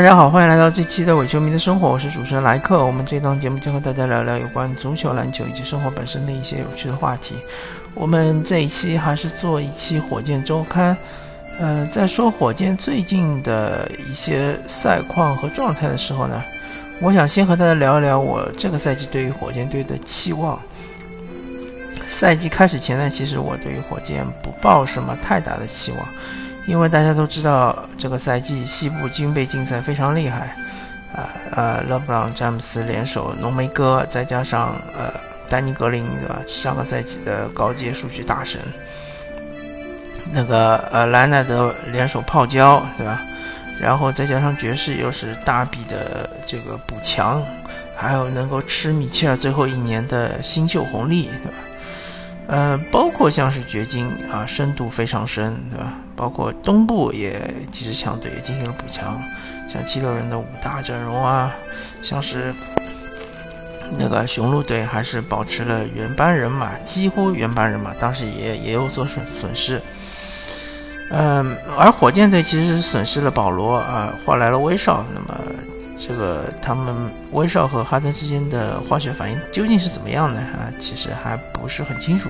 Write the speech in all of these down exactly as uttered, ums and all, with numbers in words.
家好，欢迎来到这期的伪球迷的生活，我是主持人莱克。我们这档节目将和大家聊聊有关足球、篮球以及生活本身的一些有趣的话题。我们这一期还是做一期火箭周刊，呃，在说火箭最近的一些赛况和状态的时候呢，我想先和大家聊一聊我这个赛季对于火箭队的期望。赛季开始前呢，其实我对于火箭不抱什么太大的期望，因为大家都知道这个赛季西部军备竞赛非常厉害，啊呃，勒布朗詹姆斯联手浓眉哥，再加上呃丹尼格林，对吧？上个赛季的高阶数据大神，那个呃莱纳德联手泡椒，对吧？然后再加上爵士又是大笔的这个补强，还有能够吃米切尔最后一年的新秀红利，对吧？呃，包括像是掘金啊，深度非常深，对吧？包括东部也几支强队也进行了补强，像七六人的五大阵容啊，像是那个雄鹿队还是保持了原班人马，几乎原班人马，当时也也有所损损失。嗯，而火箭队其实损失了保罗啊，换来了威少，那么这个他们威少和哈登之间的化学反应究竟是怎么样呢？啊，其实还不是很清楚。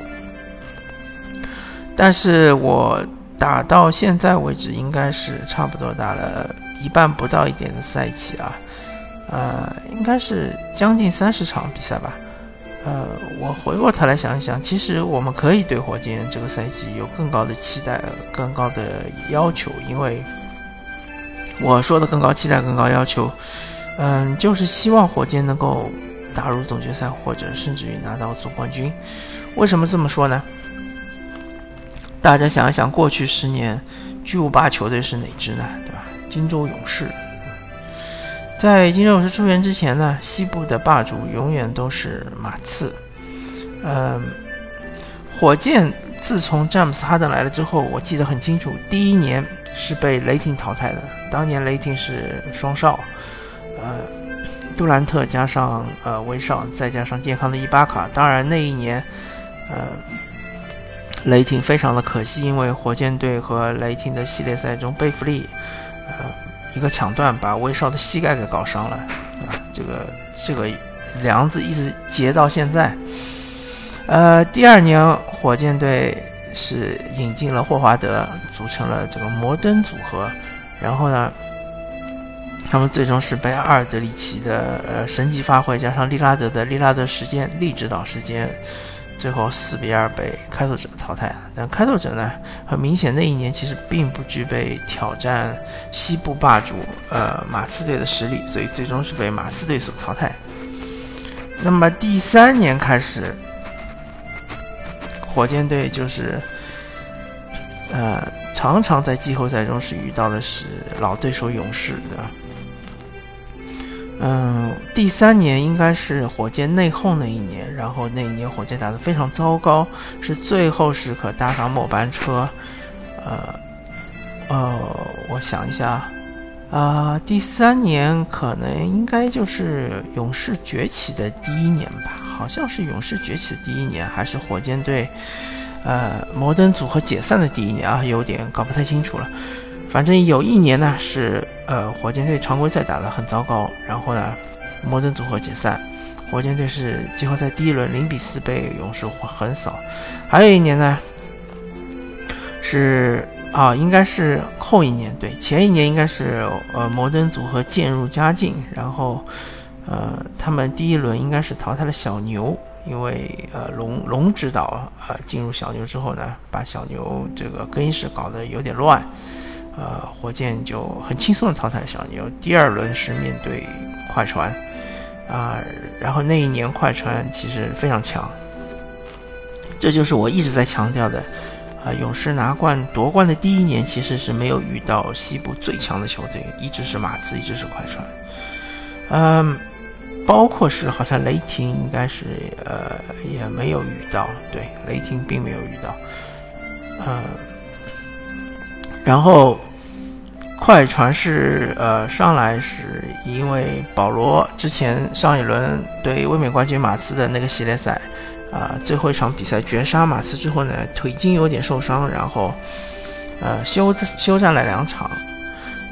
但是我打到现在为止，应该是差不多打了一半不到一点的赛季啊，呃，应该是将近三十场比赛吧。呃，我回过头来想一想，其实我们可以对火箭这个赛季有更高的期待，更高的要求，因为我说的更高期待、更高要求，嗯，就是希望火箭能够打入总决赛，或者甚至于拿到总冠军。为什么这么说呢？大家想一想，过去十年巨无霸球队是哪支呢？对吧？金州勇士。在金州勇士出现之前呢，西部的霸主永远都是马刺。嗯，火箭自从詹姆斯哈登来了之后，我记得很清楚，第一年是被雷霆淘汰的。当年雷霆是双少，呃，杜兰特加上呃威少，再加上健康的伊巴卡。当然那一年，呃，雷霆非常的可惜，因为火箭队和雷霆的系列赛中，贝弗利，呃，一个抢断把威少的膝盖给搞伤了，啊，这个这个梁子一直结到现在。呃，第二年火箭队是引进了霍华德，组成了这个摩登组合，然后呢，他们最终是被阿尔德里奇的呃神级发挥加上利拉德的利拉德时间力指导时间，最后四比二被开拓者淘汰。但开拓者呢，很明显那一年其实并不具备挑战西部霸主呃马刺队的实力，所以最终是被马刺队所淘汰。那么第三年开始，火箭队就是呃常常在季后赛中是遇到的是老对手勇士的。嗯，第三年应该是火箭内讧那一年，然后那一年火箭打得非常糟糕，是最后时刻搭上末班车。呃呃，我想一下啊、呃，第三年可能应该就是勇士崛起的第一年吧，好像是勇士崛起的第一年，还是火箭队呃摩登组合解散的第一年啊，有点搞不太清楚了。反正有一年呢是呃火箭队常规赛打得很糟糕，然后呢摩登组合解散，火箭队是季后赛第一轮零比四被勇士横扫。还有一年呢是啊应该是后一年，对，前一年应该是呃摩登组合渐入佳境，然后呃他们第一轮应该是淘汰了小牛，因为呃龙龙指导呃进入小牛之后呢，把小牛这个更衣室搞得有点乱。呃，火箭就很轻松的淘汰小牛。第二轮是面对快船，啊、呃，然后那一年快船其实非常强，这就是我一直在强调的，啊、呃，勇士拿冠夺冠的第一年其实是没有遇到西部最强的球队，一直是马刺，一直是快船，嗯，包括是好像雷霆应该是呃也没有遇到，对，雷霆并没有遇到，呃。然后快船是呃上来是因为保罗之前上一轮对卫冕冠军马刺的那个系列赛啊、呃、最后一场比赛绝杀马刺之后呢，腿筋有点受伤，然后呃休休战了两场，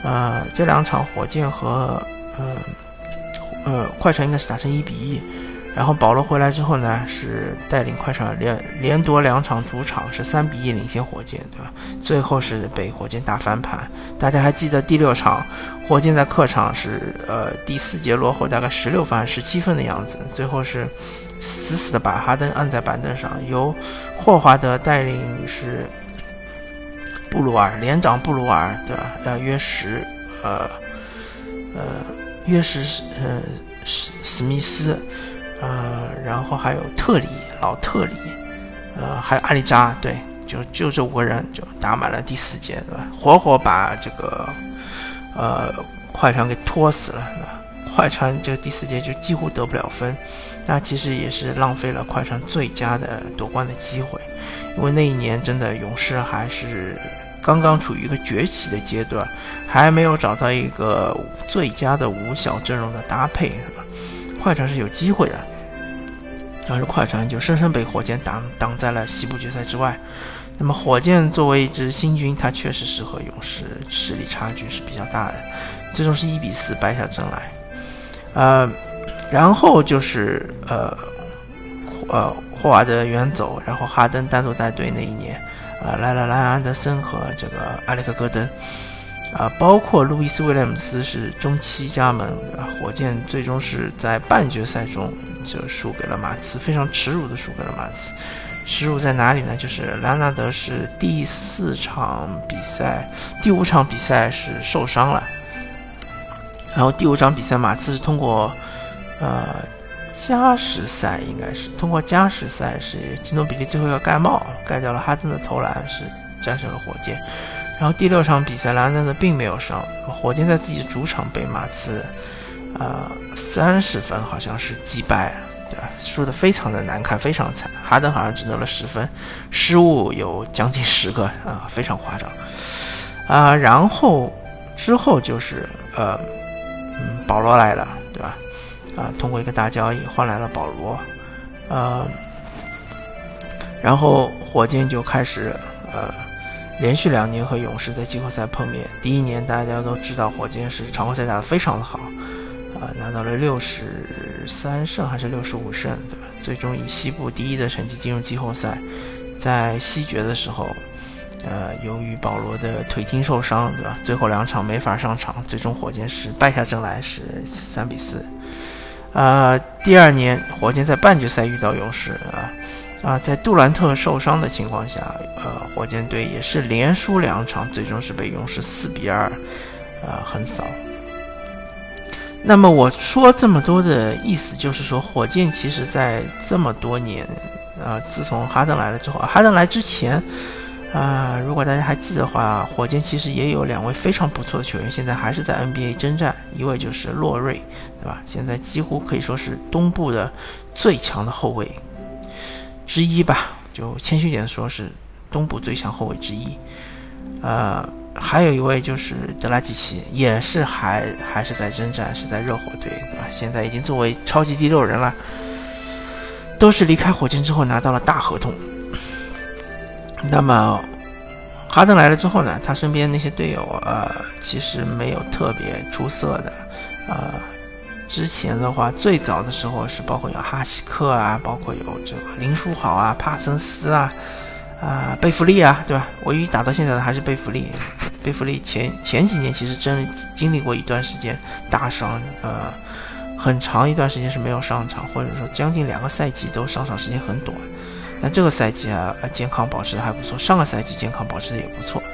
呃，这两场火箭和呃呃快船应该是打成一比一。然后保罗回来之后呢，是带领快船连连夺两场主场，是三比一领先火箭，对吧？最后是被火箭打翻盘。大家还记得第六场，火箭在客场是呃第四节落后大概十六分还是十七分的样子，最后是死死的把哈登按在板凳上，由霍华德带领是布鲁尔连长布鲁尔，对吧？呃约什呃呃约什呃史史密斯。呃，然后还有特里老特里，呃，还有阿里扎，对，就就这五个人就打满了第四节，对吧？活活把这个呃快船给拖死了，对吧？快船这第四节就几乎得不了分，那其实也是浪费了快船最佳的夺冠的机会，因为那一年真的勇士还是刚刚处于一个崛起的阶段，还没有找到一个最佳的五小阵容的搭配，是吧？快船是有机会的。但是快船就深深被火箭挡挡在了西部决赛之外。那么火箭作为一支新军，它确实是和勇士实力差距是比较大的，最终是一比四败下阵来。呃，然后就是呃呃霍华德远走，然后哈登单独带队那一年，呃来了莱昂安德森和这个埃里克戈登。啊，包括路易斯威廉姆斯是中期加盟，啊，火箭最终是在半决赛中就输给了马刺，非常耻辱的输给了马刺。耻辱在哪里呢？就是莱昂纳德是第四场比赛，第五场比赛是受伤了，然后第五场比赛马刺是通过呃加时赛，应该是通过加时赛是基诺比利最后一个盖帽盖掉了哈登的投篮，是战胜了火箭。然后第六场比赛莱昂纳德并没有上，火箭在自己的主场被马刺呃三十分好像是击败，对吧？输得非常的难看，非常惨。哈登好像只得了十分，失误有将近十个啊、呃，非常夸张啊、呃。然后之后就是呃嗯保罗来了，对吧？啊、呃，通过一个大交易换来了保罗，呃，然后火箭就开始呃。连续两年和勇士在季后赛碰面，第一年大家都知道火箭是常规赛打得非常的好，啊、呃，拿到了六十三胜还是六十五胜，对吧？最终以西部第一的成绩进入季后赛。在西决的时候，呃，由于保罗的腿筋受伤，对吧？最后两场没法上场，最终火箭是败下阵来，是三比四。呃，第二年火箭在半决赛遇到勇士啊。啊，在杜兰特受伤的情况下，呃，火箭队也是连输两场，最终是被勇士四比二，呃，横扫。那么我说这么多的意思就是说，火箭其实在这么多年，呃，自从哈登来了之后，哈登来之前，啊、呃，如果大家还记得的话，火箭其实也有两位非常不错的球员，现在还是在 N B A 征战，一位就是洛瑞，对吧？现在几乎可以说是东部的最强的后卫之一吧，就谦虚点说是东部最强后卫之一。呃，还有一位就是德拉季奇，也是还还是在征战，是在热火队，对吧？现在已经作为超级第六人了，都是离开火箭之后拿到了大合同。那么哈登来了之后呢，他身边那些队友呃其实没有特别出色的，呃之前的话，最早的时候是包括有哈希克啊，包括有这个林书豪啊、帕森斯啊、啊、呃、贝弗利啊，对吧？唯一打到现在的还是贝弗利。贝弗利前前几年其实真经历过一段时间大伤，呃，很长一段时间是没有上场，或者说将近两个赛季都上场时间很短。那这个赛季啊，健康保持的还不错，上个赛季健康保持的也不错。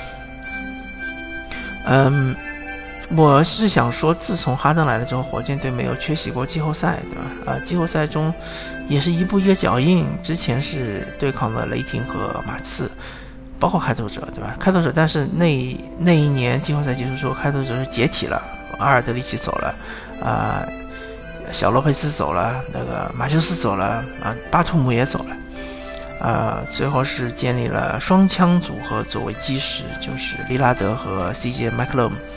嗯。我是想说，自从哈登来了之后，火箭队没有缺席过季后赛，对吧？啊，季后赛中也是一步一个脚印。之前是对抗了雷霆和马刺，包括开拓者，对吧？开拓者，但是那那一年季后赛结束之后，开拓者是解体了，阿尔德里奇走了，啊、呃，小洛佩斯走了，那个马修斯走了，啊，巴图姆也走了。呃，最后是建立了双枪组合作为基石，就是利拉德和 C J 麦克勒姆。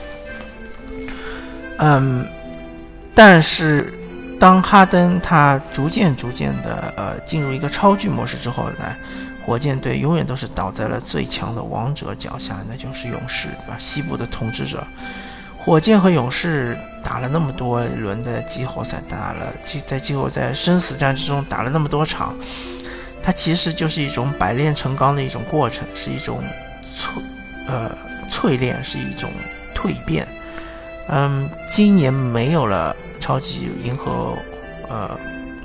嗯，但是当哈登他逐渐逐渐的呃进入一个超巨模式之后呢， 火箭队永远都是倒在了最强的王者脚下，那就是勇士，对吧？西部的统治者。火箭和勇士打了那么多轮的季后赛，打了在季后赛生死战之中打了那么多场，它其实就是一种百炼成钢的一种过程，是一种淬呃淬炼，是一种蜕变。嗯，今年没有了超级银河呃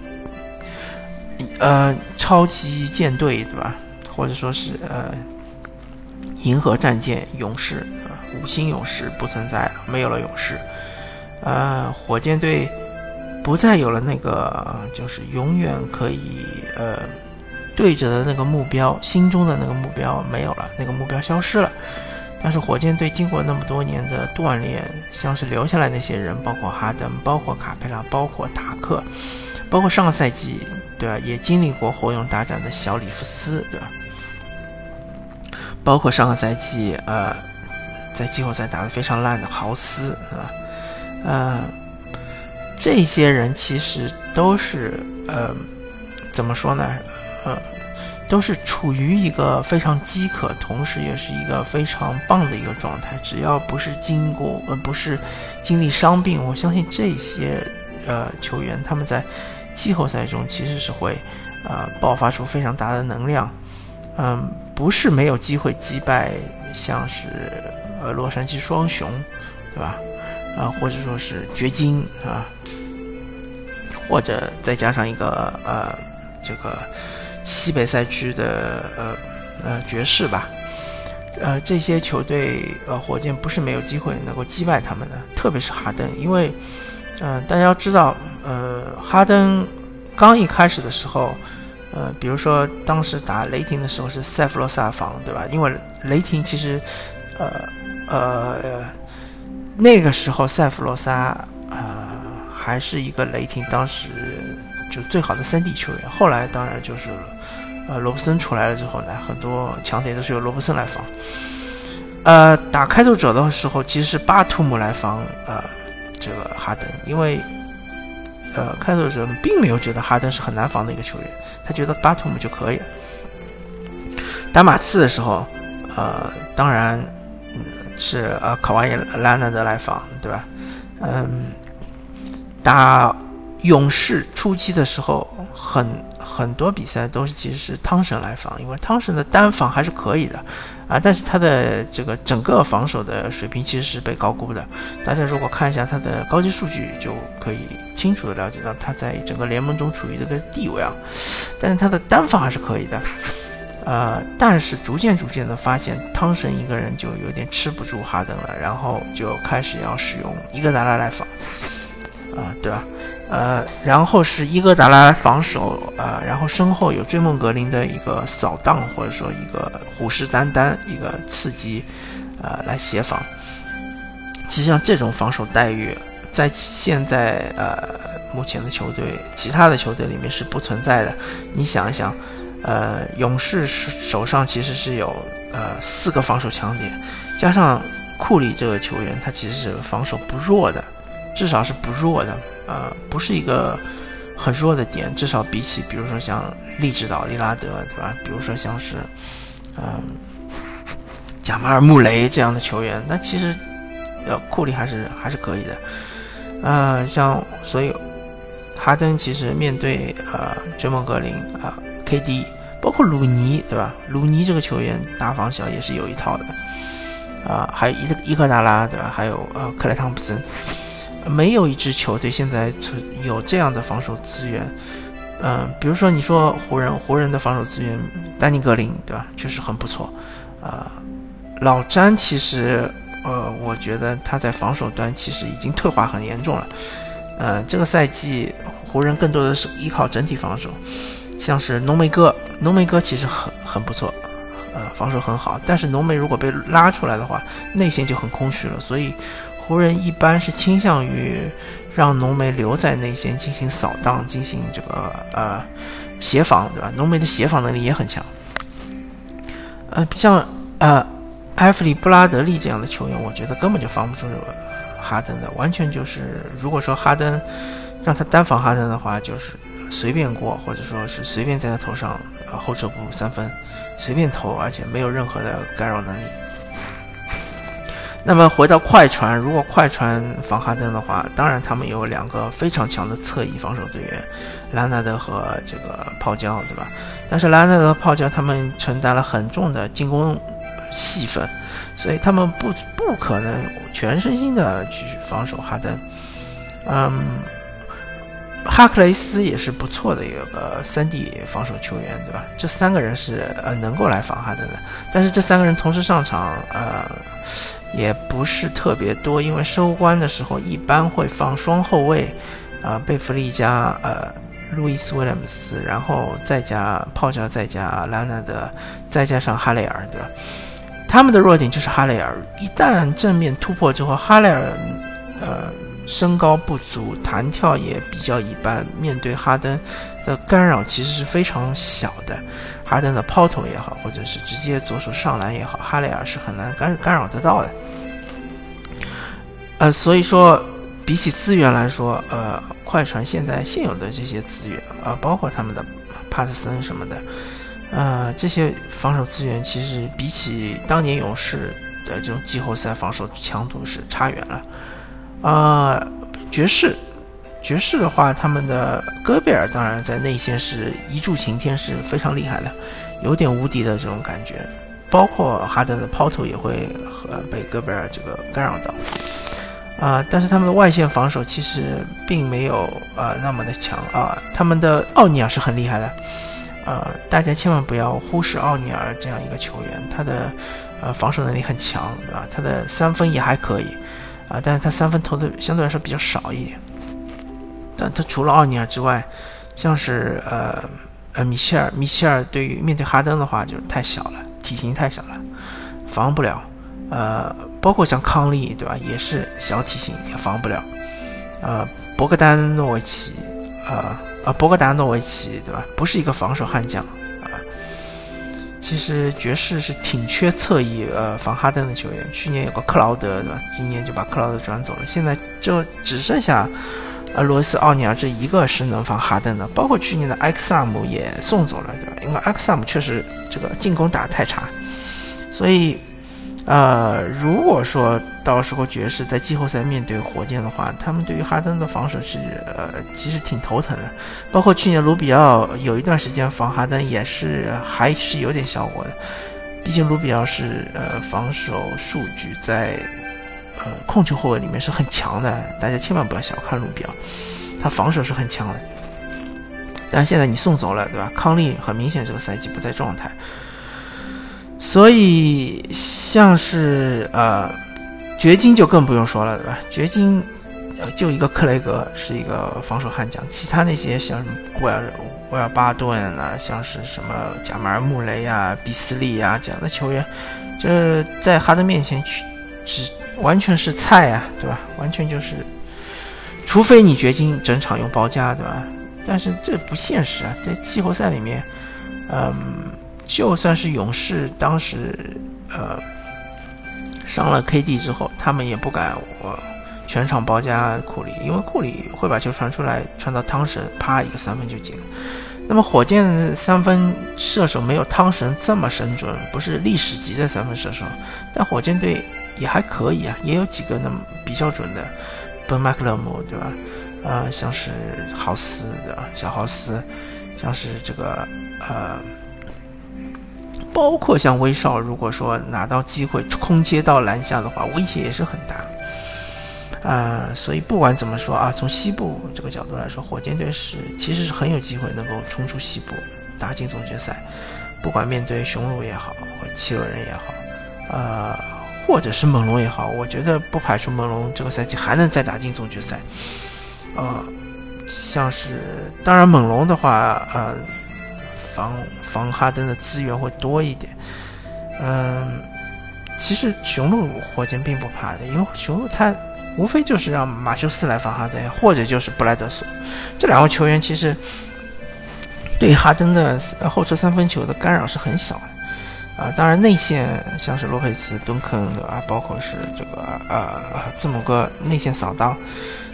呃超级舰队，对吧？或者说是呃银河战舰勇士。五星勇士不存在了，没有了勇士，呃，火箭队不再有了那个就是永远可以呃对着的那个目标，心中的那个目标没有了，那个目标消失了。但是火箭队经过那么多年的锻炼，像是留下来那些人，包括哈登，包括卡佩拉，包括塔克，包括上个赛季对吧，也经历过火勇大战的小里弗斯，对吧？包括上个赛季呃。在季后赛打得非常烂的豪斯啊，呃，这些人其实都是呃，怎么说呢？呃，都是处于一个非常饥渴，同时也是一个非常棒的一个状态。只要不是经过呃，不是经历伤病，我相信这些呃球员他们在季后赛中其实是会呃爆发出非常大的能量。嗯、呃，不是没有机会击败像是。呃，洛杉矶双雄，对吧？啊、呃，或者说是掘金啊，或者再加上一个呃，这个西北赛区的呃呃爵士吧，呃，这些球队呃，火箭不是没有机会能够击败他们的，特别是哈登，因为呃，大家要知道，呃，哈登刚一开始的时候。呃，比如说当时打雷霆的时候是塞弗罗萨防，对吧？因为雷霆其实，呃呃，那个时候塞弗罗萨呃还是一个雷霆当时就最好的三 D 球员。后来当然就是呃罗伯森出来了之后呢，很多强点都是由罗伯森来防。呃，打开拓者的时候其实是巴图姆来防呃这个哈登，因为呃开拓者并没有觉得哈登是很难防的一个球员。他觉得巴图姆就可以了。打马刺的时候，呃，当然、嗯、是呃卡瓦伊拉纳德来防，对吧？嗯，打勇士初期的时候，很很多比赛都是其实是汤神来防，因为汤神的单防还是可以的啊，但是他的这个整个防守的水平其实是被高估的。大家如果看一下他的高级数据，就可以清楚的了解到他在整个联盟中处于这个地位啊。但是他的单防还是可以的，呃，但是逐渐逐渐的发现汤神一个人就有点吃不住哈登了，然后就开始要使用伊戈达拉来防，啊、呃，对吧？呃，然后是伊戈达拉防守，呃，然后身后有追梦格林的一个扫荡，或者说一个虎视眈眈，一个刺激，呃，来协防。其实像这种防守待遇，在现在呃目前的球队，其他的球队里面是不存在的。你想一想，呃，勇士手上其实是有呃四个防守强点，加上库里这个球员，他其实是防守不弱的，至少是不弱的。呃，不是一个很弱的点，至少比起比如说像利指导利拉德，对吧？比如说像是嗯、呃、贾马尔穆雷这样的球员，那其实呃库里还是还是可以的。呃，像所以哈登其实面对呃追梦格林啊、呃、K D， 包括鲁尼，对吧？鲁尼这个球员打防小也是有一套的啊、呃，还有伊伊戈达拉，对吧？还有呃克莱汤普森。没有一支球队现在有这样的防守资源，嗯、呃，比如说你说湖人，湖人的防守资源，丹尼格林，对吧？确实很不错，啊、呃，老詹其实，呃，我觉得他在防守端其实已经退化很严重了，呃，这个赛季湖人更多的是依靠整体防守，像是浓眉哥，浓眉哥其实很很不错，呃，防守很好，但是浓眉如果被拉出来的话，内线就很空虚了，所以。湖人一般是倾向于让浓眉留在内线进行扫荡，进行这个呃协防，对吧？浓眉的协防能力也很强。呃，像呃埃弗里布拉德利这样的球员，我觉得根本就防不住哈登的，完全就是如果说哈登让他单防哈登的话，就是随便过，或者说是随便在他头上呃后撤步三分随便投，而且没有任何的干扰能力。那么回到快船，如果快船防哈登的话，当然他们有两个非常强的侧翼防守队员，兰纳德和这个泡椒，对吧？但是兰纳德和泡椒他们承担了很重的进攻戏份，所以他们不不可能全身心的去防守哈登。嗯，哈克雷斯也是不错的一个三 D 防守球员，对吧？这三个人是呃能够来防哈登的，但是这三个人同时上场，呃。也不是特别多，因为收官的时候一般会放双后卫，啊、呃，贝弗利加呃路易斯威廉姆斯，然后再加泡椒，再加兰纳德，再加上哈雷尔，对吧？他们的弱点就是哈雷尔，一旦正面突破之后，哈雷尔呃身高不足，弹跳也比较一般，面对哈登的干扰其实是非常小的。哈登的抛投也好，或者是直接左手上篮也好，哈雷尔是很难干干扰得到的。呃，所以说比起资源来说，呃，快船现在现有的这些资源啊、呃，包括他们的帕特森什么的，呃，这些防守资源其实比起当年勇士的这种季后赛防守强度是差远了。啊、呃，爵士。爵士的话，他们的戈贝尔当然在内线是一柱擎天，是非常厉害的，有点无敌的这种感觉。包括哈登的抛投也会和被戈贝尔这个干扰到，啊、呃，但是他们的外线防守其实并没有呃那么的强啊、呃。他们的奥尼尔是很厉害的，呃，大家千万不要忽视奥尼尔这样一个球员，他的呃防守能力很强，对吧？他的三分也还可以啊、呃，但是他三分投的相对来说比较少一点。但他除了奥尼尔之外，像是呃呃米切尔，米切尔对于面对哈登的话就是太小了，体型太小了，防不了。呃，包括像康利，对吧？也是小体型，也防不了。呃，博格丹诺维奇，呃呃博格达诺维奇，对吧？不是一个防守悍将啊、呃。其实爵士是挺缺侧翼呃防哈登的球员，去年有个克劳德，对吧？今年就把克劳德转走了，现在就只剩下。呃，罗斯奥尼尔这一个是能防哈登的，包括去年的埃克萨姆也送走了，对吧？因为埃克萨姆确实这个进攻打得太差，所以，呃，如果说到时候爵士在季后赛面对火箭的话，他们对于哈登的防守是呃其实挺头疼的。包括去年卢比奥有一段时间防哈登也是还是有点效果的，毕竟卢比奥是呃防守数据在。呃，控球后卫里面是很强的，大家千万不要小看卢比奥，他防守是很强的。但现在你送走了，对吧？康利很明显这个赛季不在状态，所以像是呃，掘金就更不用说了，对吧？掘金呃就一个克雷格是一个防守悍将，其他那些像什么威尔威尔巴顿啊，像是什么贾马尔穆雷啊、比斯利啊这样的球员，这在哈登面前去只。完全是菜啊，对吧？完全就是，除非你掘金整场用包夹，对吧？但是这不现实啊，在季后赛里面，嗯，就算是勇士当时呃伤了 K D 之后，他们也不敢我全场包夹库里，因为库里会把球传出来，传到汤神，啪一个三分就进了。那么火箭三分射手没有汤神这么神准，不是历史级的三分射手，但火箭队也还可以啊，也有几个那么比较准的，本麦克勒姆，对吧？呃，像是豪斯的小豪斯，像是这个呃，包括像威少，如果说拿到机会空接到篮下的话，威胁也是很大。啊、呃，所以不管怎么说啊，从西部这个角度来说，火箭队是其实是很有机会能够冲出西部，打进总决赛。不管面对雄鹿也好，或者七六人也好，呃，或者是猛龙也好，我觉得不排除猛龙这个赛季还能再打进总决赛。呃，像是当然猛龙的话，呃，防防哈登的资源会多一点。嗯、呃，其实雄鹿火箭并不怕的，因为雄鹿他。无非就是让马修斯来防哈登，或者就是布莱德索，这两位球员其实对哈登的后撤三分球的干扰是很小的啊、呃。当然内线像是洛佩斯、敦肯的啊，包括是这个呃字母哥内线扫荡，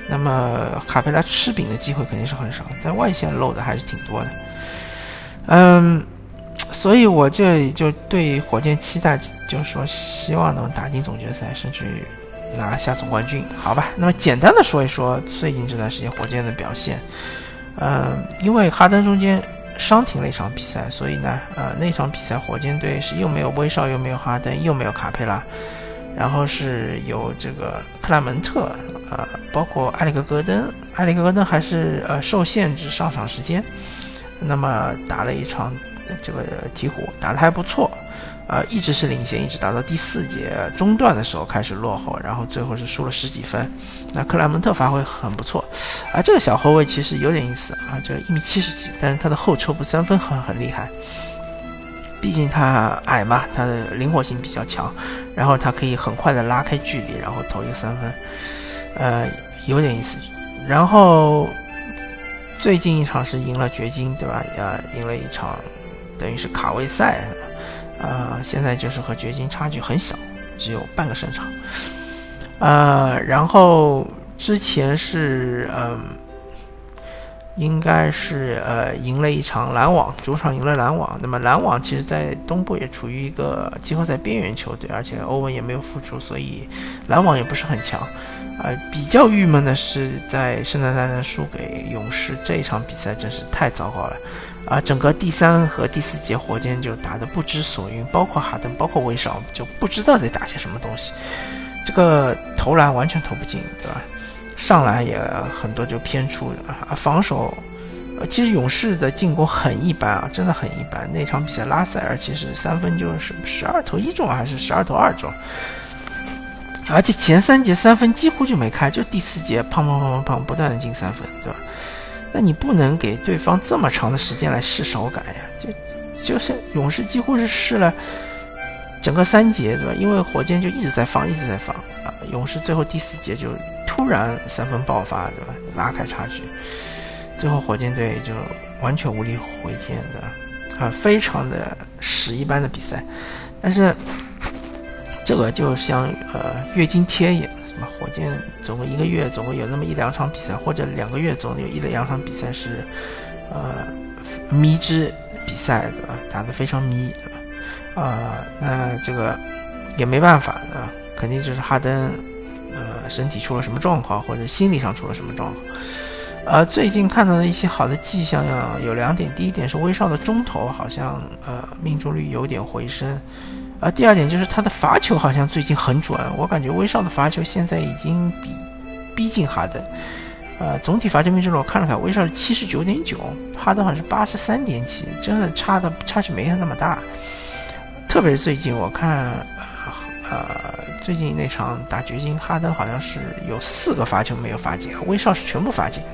那么卡佩拉吃饼的机会肯定是很少，在外线漏的还是挺多的。嗯，所以我这就对火箭期待，就是说希望能打进总决赛，甚至于拿下总冠军，好吧？那么简单的说一说最近这段时间火箭的表现。嗯，因为哈登中间伤停了一场比赛，所以呢，呃，那场比赛火箭队是又没有威少，又没有哈登，又没有卡佩拉，然后是有这个克莱门特，呃，包括埃里克戈登，埃里克戈登还是呃受限制上场时间，那么打了一场这个鹈鹕，打得还不错。呃，一直是领先，一直打到第四节中段的时候开始落后，然后最后是输了十几分。那克莱门特发挥很不错，而、啊、这个小后卫其实有点意思啊，这一米七十几，但是他的后抽步三分很很厉害。毕竟他矮嘛，他的灵活性比较强，然后他可以很快的拉开距离，然后投一个三分，呃，有点意思。然后最近一场是赢了掘金，对吧？呃，赢了一场，等于是卡位赛。呃，现在就是和掘金差距很小，只有半个胜场。呃，然后之前是嗯、呃，应该是呃赢了一场篮网，主场赢了篮网。那么篮网其实在东部也处于一个季后赛边缘球队，而且欧文也没有复出，所以篮网也不是很强。呃，比较郁闷的是在圣诞大战输给勇士这一场比赛真是太糟糕了。啊，整个第三和第四节火箭就打得不知所云，包括哈登，包括威少，就不知道在打些什么东西。这个投篮完全投不进，对吧？上篮也很多就偏出啊，防守，呃，其实勇士的进攻很一般啊，真的很一般。那场比赛拉塞尔其实三分就是十二投一中还是十二投二中，而且前三节三分几乎就没开，就第四节砰砰砰砰砰不断的进三分，对吧？那你不能给对方这么长的时间来试手感呀，就就是勇士几乎是试了整个三节，对吧？因为火箭就一直在放，一直在放啊，勇士最后第四节就突然三分爆发，对吧？拉开差距，最后火箭队就完全无力回天的啊，非常的屎一般的比赛。但是这个就像呃月经贴一样。火箭总共一个月总共有那么一两场比赛，或者两个月总有一两场比赛是呃迷之比赛，对吧？打得非常迷，对吧？啊、呃，那这个也没办法的、啊，肯定就是哈登呃身体出了什么状况，或者心理上出了什么状况。呃，最近看到的一些好的迹象有两点，第一点是威少的中投好像呃命中率有点回升。啊，第二点就是他的罚球好像最近很准，我感觉威少的罚球现在已经比逼近哈登，呃，总体罚球命中率我看了看，威少是七十九点九，哈登好像是八十三点七，真的差的差距没他那么大。特别是最近我看，呃，最近那场打掘金，哈登好像是有四个罚球没有罚进，威少是全部罚进。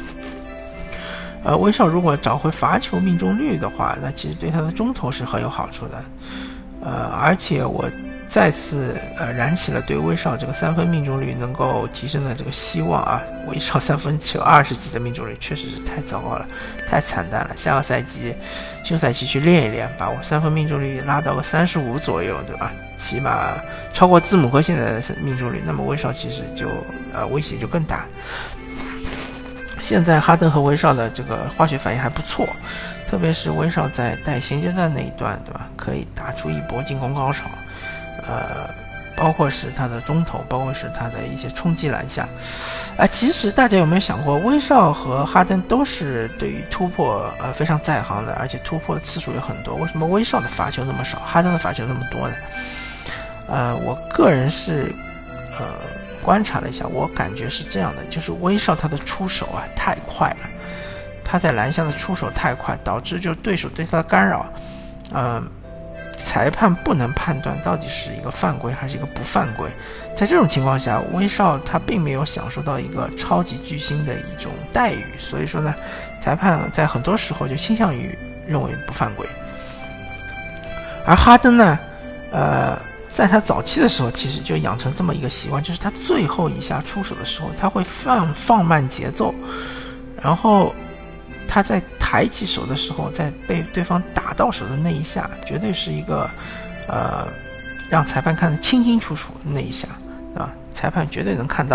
呃，威少如果找回罚球命中率的话，那其实对他的中投是很有好处的。呃，而且我再次呃燃起了对威少这个三分命中率能够提升的这个希望啊！威少三分只有二十几的命中率，确实是太糟糕了，太惨淡了。下个赛季休赛期去练一练，把我三分命中率拉到个三十五左右，对吧？起码超过字母哥现在的命中率，那么威少其实就呃威胁就更大。现在哈登和威少的这个化学反应还不错。特别是威少在带衔接段那一段，对吧？可以打出一波进攻高潮，呃，包括是他的中投，包括是他的一些冲击篮下。啊、呃，其实大家有没有想过，威少和哈登都是对于突破呃非常在行的，而且突破的次数也很多。为什么威少的罚球那么少，哈登的罚球那么多呢？呃，我个人是呃观察了一下，我感觉是这样的，就是威少他的出手啊太快了。他在篮下的出手太快，导致就对手对他的干扰，呃，裁判不能判断到底是一个犯规还是一个不犯规。在这种情况下，威少他并没有享受到一个超级巨星的一种待遇，所以说呢，裁判在很多时候就倾向于认为不犯规。而哈登呢，呃，在他早期的时候，其实就养成这么一个习惯，就是他最后一下出手的时候，他会放放慢节奏，然后他在抬起手的时候，在被对方打到手的那一下，绝对是一个呃让裁判看得清清楚楚的那一下，啊，裁判绝对能看到。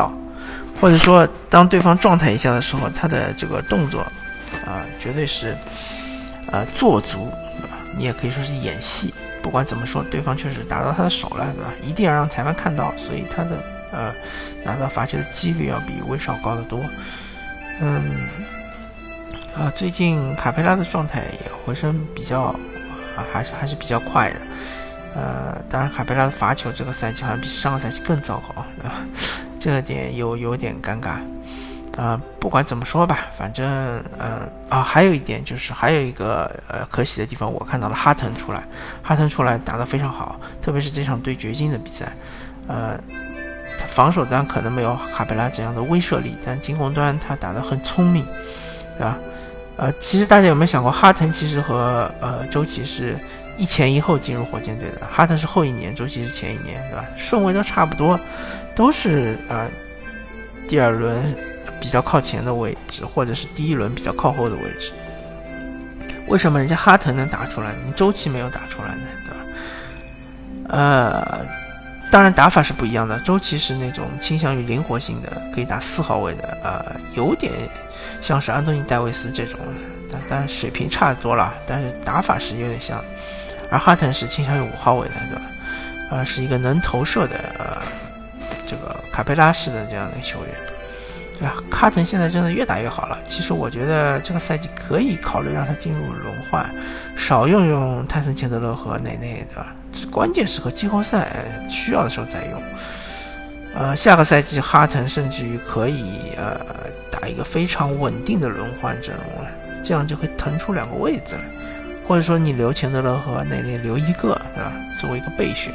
或者说当对方状态一下的时候，他的这个动作啊、呃，绝对是呃做足，对吧？你也可以说是演戏。不管怎么说，对方确实打到他的手了，对吧？一定要让裁判看到，所以他的呃拿到罚球的几率要比威少高得多。嗯，啊，最近卡佩拉的状态也回升比较啊，还是还是比较快的。呃，当然卡佩拉的罚球这个赛季好像比上个赛季更糟糕，对吧？这个点有有点尴尬。啊、呃，不管怎么说吧，反正呃啊，还有一点就是还有一个呃可喜的地方，我看到了哈腾出来，哈腾出来打得非常好，特别是这场对掘金的比赛，呃，他防守端可能没有卡佩拉这样的威慑力，但进攻端他打得很聪明，对吧？呃，其实大家有没有想过，哈腾其实和呃周琦是一前一后进入火箭队的，哈腾是后一年，周琦是前一年，对吧？顺位都差不多，都是呃第二轮比较靠前的位置，或者是第一轮比较靠后的位置。为什么人家哈腾能打出来，你周琦没有打出来呢？对吧？呃，当然打法是不一样的。周琦是那种倾向于灵活性的，可以打四号位的，呃，有点像是安东尼戴维斯这种，但当然水平差得多了，但是打法是有点像。而哈腾是倾向于五号位的，对吧？呃，是一个能投射的，呃，这个卡佩拉式的这样的球员。对吧？哈腾现在真的越打越好了。其实我觉得这个赛季可以考虑让他进入轮换，少用用泰森钱德勒和内内，对吧？关键时刻季后赛需要的时候再用。呃，下个赛季哈腾甚至于可以呃打一个非常稳定的轮换阵容了，这样就可以腾出两个位置来，或者说你留钱德勒和内内留一个，对吧？作为一个备选。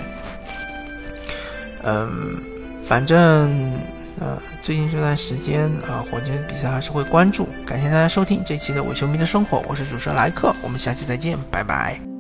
嗯，反正。呃，最近这段时间啊、呃，火箭比赛还是会关注。感谢大家收听这期的伪球迷的生活，我是主持人莱克，我们下期再见，拜拜。